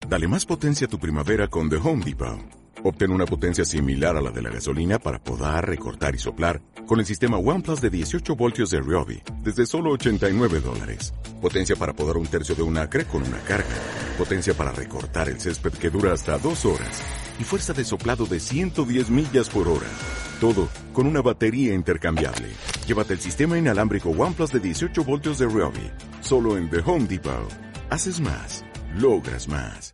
Dale más potencia a tu primavera con The Home Depot. Obtén una potencia similar a la de la gasolina para podar, recortar y soplar con el sistema OnePlus de 18 voltios de Ryobi desde solo $89. Potencia para podar un tercio de un acre con una carga. Potencia para recortar el césped que dura hasta 2 horas. Y fuerza de soplado de 110 millas por hora. Todo con una batería intercambiable. Llévate el sistema inalámbrico OnePlus de 18 voltios de Ryobi. Solo en The Home Depot. Haces más. Logras más.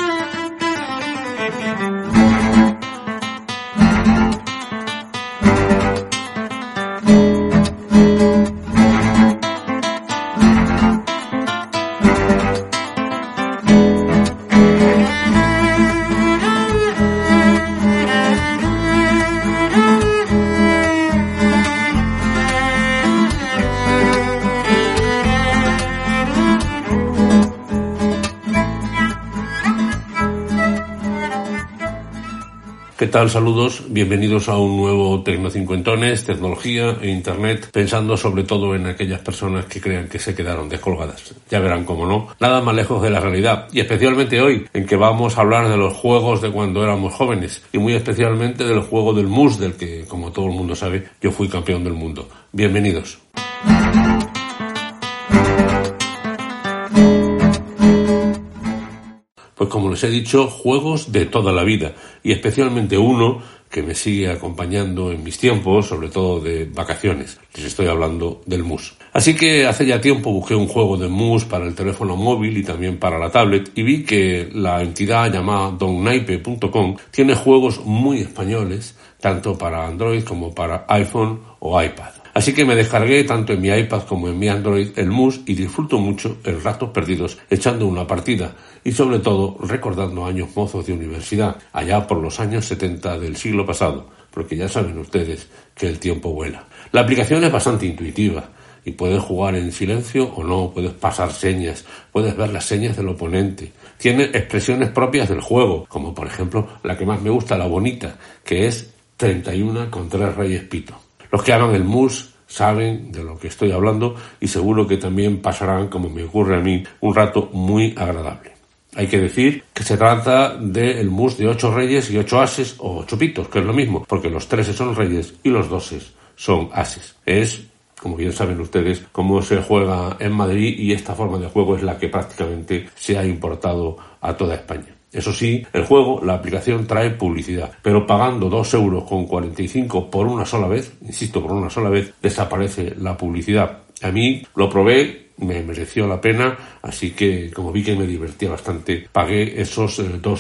¿Qué tal? Saludos, bienvenidos a un nuevo Tecnocincuentones, tecnología e internet, pensando sobre todo en aquellas personas que crean que se quedaron descolgadas. Ya verán cómo no, nada más lejos de la realidad, y especialmente hoy, en que vamos a hablar de los juegos de cuando éramos jóvenes, y muy especialmente del juego del mus, del que, como todo el mundo sabe, yo fui campeón del mundo. Bienvenidos. Pues como les he dicho, juegos de toda la vida, y especialmente uno que me sigue acompañando en mis tiempos, sobre todo de vacaciones. Les estoy hablando del mus. Así que hace ya tiempo busqué un juego de mus para el teléfono móvil y también para la tablet, y vi que la entidad llamada donnaipe.com tiene juegos muy españoles, tanto para Android como para iPhone o iPad. Así que me descargué tanto en mi iPad como en mi Android el mus y disfruto mucho en ratos perdidos echando una partida y sobre todo recordando años mozos de universidad, allá por los años 70 del siglo pasado, porque ya saben ustedes que el tiempo vuela. La aplicación es bastante intuitiva y puedes jugar en silencio o no, puedes pasar señas, puedes ver las señas del oponente. Tiene expresiones propias del juego, como por ejemplo la que más me gusta, la bonita, que es 31 con 3 reyes pito. Los que hagan el mus saben de lo que estoy hablando y seguro que también pasarán, como me ocurre a mí, un rato muy agradable. Hay que decir que se trata del mus de 8 reyes y 8 ases o 8 pitos, que es lo mismo, porque los 13 son reyes y los 12 son ases. Es, como bien saben ustedes, cómo se juega en Madrid y esta forma de juego es la que prácticamente se ha importado a toda España. Eso sí, el juego, la aplicación trae publicidad, pero pagando 2,45 € por una sola vez, insisto, por una sola vez, desaparece la publicidad. A mí lo probé, me mereció la pena, así que como vi que me divertía bastante, pagué esos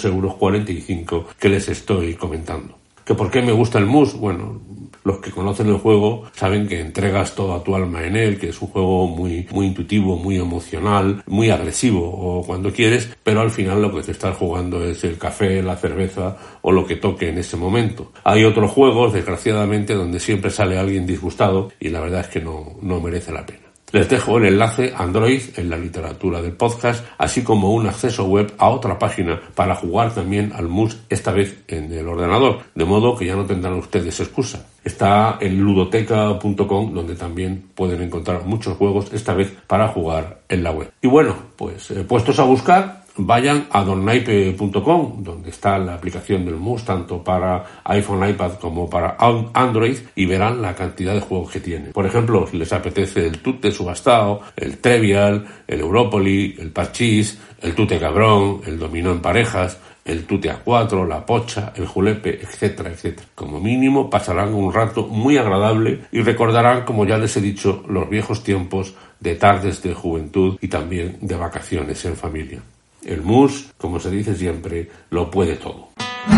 2,45 € que les estoy comentando. ¿Que por qué me gusta el mus? Bueno, los que conocen el juego saben que entregas toda tu alma en él, que es un juego muy intuitivo, muy emocional, muy agresivo o cuando quieres, pero al final lo que te estás jugando es el café, la cerveza o lo que toque en ese momento. Hay otros juegos, desgraciadamente, donde siempre sale alguien disgustado y la verdad es que no merece la pena. Les dejo el enlace Android en la literatura del podcast, así como un acceso web a otra página para jugar también al mus, esta vez en el ordenador, de modo que ya no tendrán ustedes excusa. Está en ludoteca.com, donde también pueden encontrar muchos juegos, esta vez para jugar en la web. Y bueno, pues puestos a buscar, vayan a donnaipe.com, donde está la aplicación del mus, tanto para iPhone, iPad como para Android, y verán la cantidad de juegos que tiene. Por ejemplo, si les apetece el Tute Subastao, el Trivial, el Europoly, el Parchís, el Tute Cabrón, el Dominó en parejas, el Tute A4, la Pocha, el Julepe, etcétera, etcétera. Como mínimo pasarán un rato muy agradable y recordarán, como ya les he dicho, los viejos tiempos de tardes de juventud y también de vacaciones en familia. El mus, como se dice siempre, lo puede todo.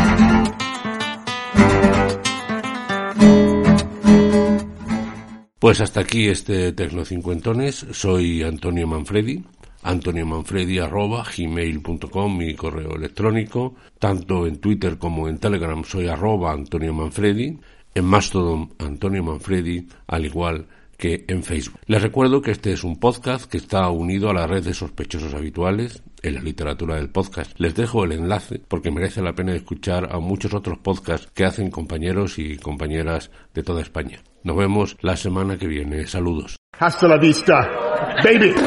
Pues hasta aquí este Tecnocincuentones. Soy Antonio Manfredi. antoniomanfredi@gmail.com, mi correo electrónico. Tanto en Twitter como en Telegram soy @AntonioManfredi. En Mastodon, Antonio Manfredi, al igual que en Facebook. Les recuerdo que este es un podcast que está unido a la red de sospechosos habituales en la literatura del podcast. Les dejo el enlace porque merece la pena escuchar a muchos otros podcasts que hacen compañeros y compañeras de toda España. Nos vemos la semana que viene. Saludos. Hasta la vista, baby.